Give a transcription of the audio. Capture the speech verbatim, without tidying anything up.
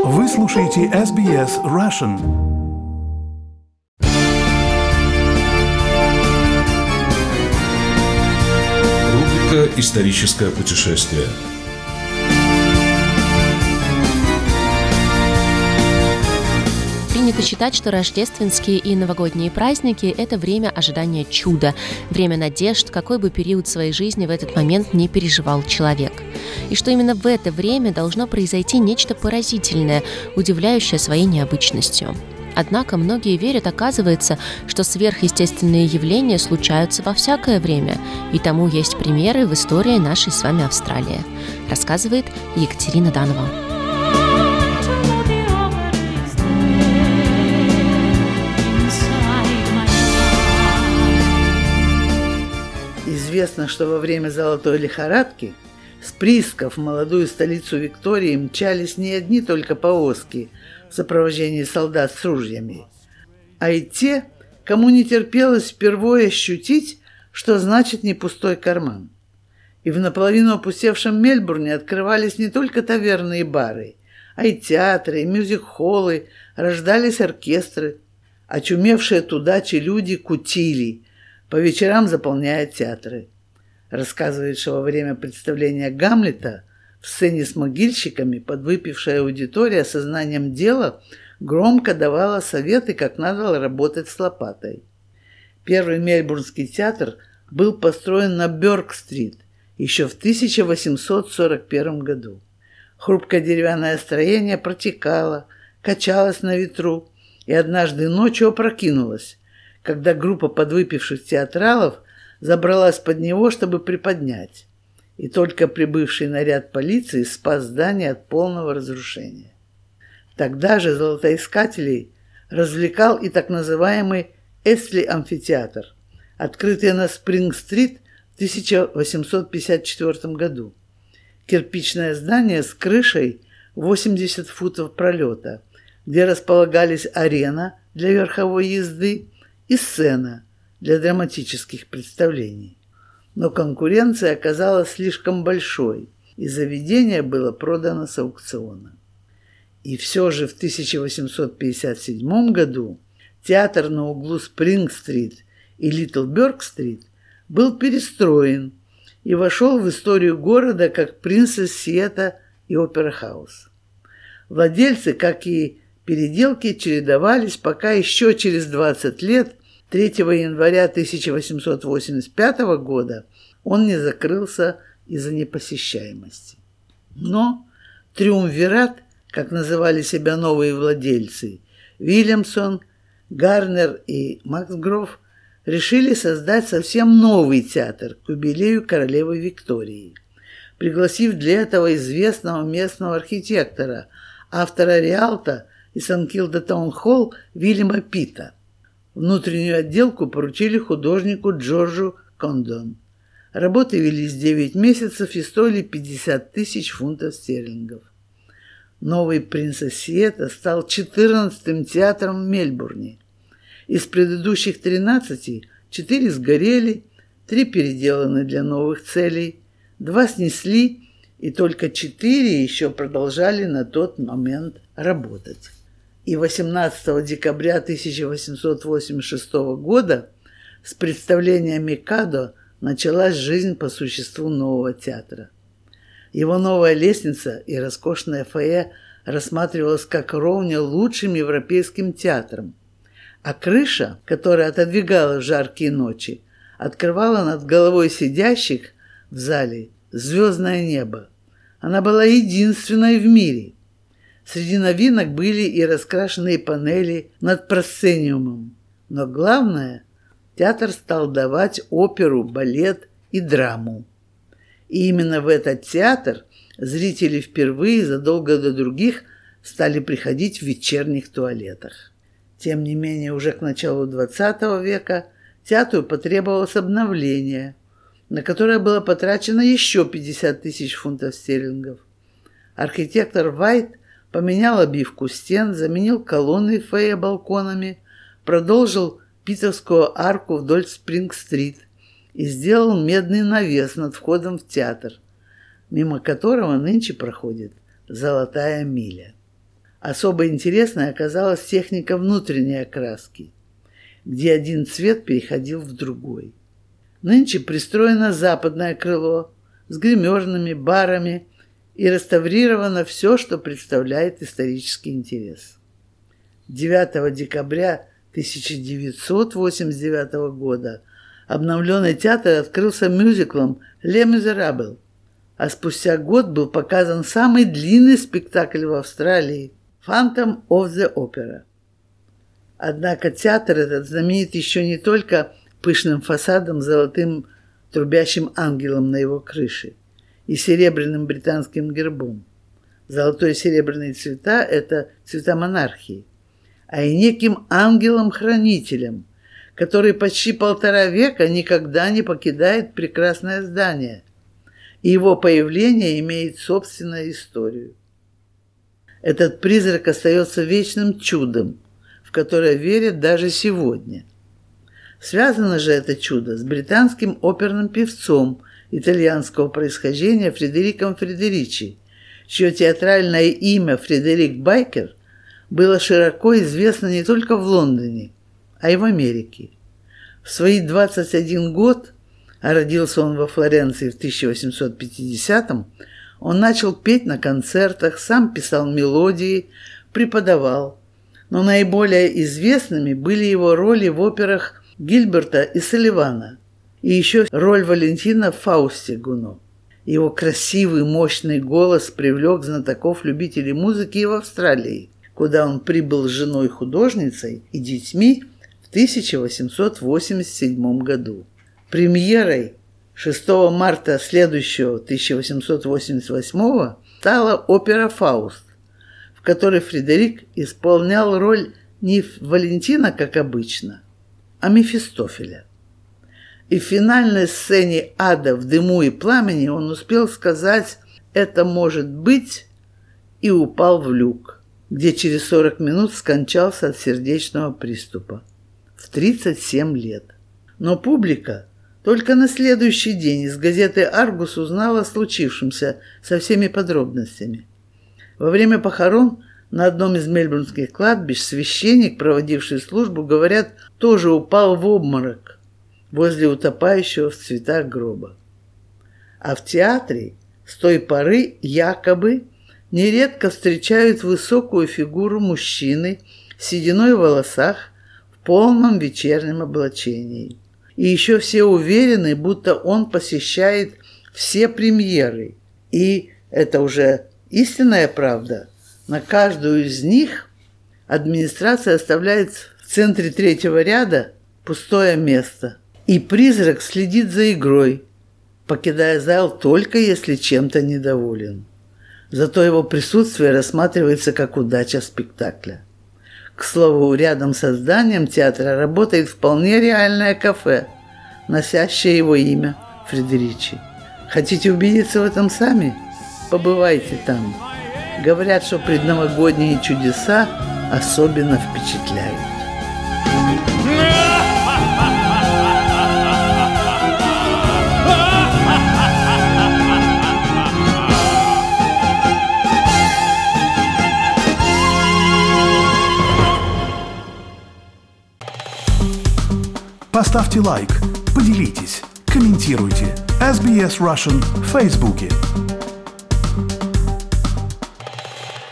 Вы слушаете эс би эс Russian. Рубрика «Историческое путешествие». Принято считать, что рождественские и новогодние праздники – это время ожидания чуда, время надежд, какой бы период своей жизни в этот момент не переживал человек. И что именно в это время должно произойти нечто поразительное, удивляющее своей необычностью. Однако многие верят, оказывается, что сверхъестественные явления случаются во всякое время, и тому есть примеры в истории нашей с вами Австралии, рассказывает Екатерина Данова. Известно, что во время золотой лихорадки с приисков в молодую столицу Виктории мчались не одни только повозки в сопровождении солдат с ружьями, а и те, кому не терпелось впервые ощутить, что значит не пустой карман. И в наполовину опустевшем Мельбурне открывались не только таверны и бары, а и театры, и мюзик-холлы, рождались оркестры, очумевшие от удачи люди кутили, по вечерам заполняя театры. Рассказывает, что во время представления Гамлета в сцене с могильщиками подвыпившая аудитория сознанием дела громко давала советы, как надо работать с лопатой. Первый мельбурнский театр был построен на Бёрк-стрит еще в тысяча восемьсот сорок первом году. Хрупкое деревянное строение протекало, качалось на ветру и однажды ночью опрокинулось, когда группа подвыпивших театралов забралась под него, чтобы приподнять, и только прибывший наряд полиции спас здание от полного разрушения. Тогда же золотоискателей развлекал и так называемый Эсли-амфитеатр, открытый на Спринг-стрит в тысяча восемьсот пятьдесят четвёртом году. Кирпичное здание с крышей восемьдесят футов пролета, где располагались арена для верховой езды и сцена для драматических представлений. Но конкуренция оказалась слишком большой, и заведение было продано с аукциона. И все же в тысяча восемьсот пятьдесят седьмом году театр на углу Спринг-стрит и Литл-Бёрк-стрит был перестроен и вошел в историю города как Принцесс Сиета и Опера-хаус. Владельцы, как и переделки, чередовались, пока еще через двадцать лет, третьего января тысяча восемьсот восемьдесят пятого года, он не закрылся из-за непосещаемости. Но триумвират, как называли себя новые владельцы, Вильямсон, Гарнер и Максгров, решили создать совсем новый театр к юбилею королевы Виктории, пригласив для этого известного местного архитектора, автора Риалто и Сан-Килда Таун-Холл Вильяма Питта. Внутреннюю отделку поручили художнику Джорджу Кондон. Работы велись девять месяцев и стоили пятьдесят тысяч фунтов стерлингов. Новый «Принцесс Сиета» стал четырнадцатым театром в Мельбурне. Из предыдущих тринадцати четыре сгорели, три переделаны для новых целей, два снесли, и только четыре еще продолжали на тот момент работать. И восемнадцатого декабря тысяча восемьсот восемьдесят шестого года с представления «Микадо» началась жизнь по существу нового театра. Его новая лестница и роскошное фойе рассматривалось как ровня лучшим европейским театром, а крыша, которая отодвигалась в жаркие ночи, открывала над головой сидящих в зале звездное небо. Она была единственной в мире. Среди новинок были и раскрашенные панели над просцениумом. Но главное, театр стал давать оперу, балет и драму. И именно в этот театр зрители впервые задолго до других стали приходить в вечерних туалетах. Тем не менее, уже к началу двадцатого века театру потребовалось обновление, на которое было потрачено еще пятьдесят тысяч фунтов стерлингов. Архитектор Вайт поменял обивку стен, заменил колонны в фойе балконами, продолжил Питовскую арку вдоль Спринг-стрит и сделал медный навес над входом в театр, мимо которого нынче проходит Золотая миля. Особо интересной оказалась техника внутренней окраски, где один цвет переходил в другой. Нынче пристроено западное крыло с гримерными, барами и реставрировано все, что представляет исторический интерес. девятого декабря тысяча девятьсот восемьдесят девятого года обновленный театр открылся мюзиклом «Ле Мизерабл», а спустя год был показан самый длинный спектакль в Австралии «Phantom of the Opera». Однако театр этот знаменит еще не только пышным фасадом с золотым трубящим ангелом на его крыше и серебряным британским гербом. Золотой и серебряные цвета – это цвета монархии, а и неким ангелом-хранителем, который почти полтора века никогда не покидает прекрасное здание, и его появление имеет собственную историю. Этот призрак остается вечным чудом, в которое верят даже сегодня. Связано же это чудо с британским оперным певцом итальянского происхождения Фредериком Фредеричи, чье театральное имя Фредерик Байкер было широко известно не только в Лондоне, а и в Америке. В свои двадцать один год, а родился он во Флоренции в тысяча восемьсот пятидесятом, он начал петь на концертах, сам писал мелодии, преподавал. Но наиболее известными были его роли в операх Гильберта и Салливана, и еще роль Валентина в «Фаусте» Гуно. Его красивый, мощный голос привлек знатоков-любителей музыки и в Австралии, куда он прибыл с женой-художницей и детьми в тысяча восемьсот восемьдесят седьмом году. Премьерой шестого марта следующего тысяча восемьсот восемьдесят восьмого стала опера «Фауст», в которой Фредерик исполнял роль не Валентина, как обычно, а Мефистофеля. И в финальной сцене «Ада в дыму и пламени» он успел сказать «это может быть» и упал в люк, где через сорок минут скончался от сердечного приступа в тридцать семь лет. Но публика только на следующий день из газеты «Аргус» узнала о случившемся со всеми подробностями. Во время похорон на одном из мельбурнских кладбищ священник, проводивший службу, говорят, тоже упал в обморок возле утопающего в цветах гроба. А в театре с той поры якобы нередко встречают высокую фигуру мужчины с сединой в волосах в полном вечернем облачении. И еще все уверены, будто он посещает все премьеры. И это уже истинная правда. На каждую из них администрация оставляет в центре третьего ряда пустое место. И призрак следит за игрой, покидая зал только если чем-то недоволен. Зато его присутствие рассматривается как удача спектакля. К слову, рядом со зданием театра работает вполне реальное кафе, носящее его имя Фредеричи. Хотите убедиться в этом сами? Побывайте там. Говорят, что предновогодние чудеса особенно впечатляют. Поставьте лайк, поделитесь, комментируйте. эс би эс Russian в Фейсбуке.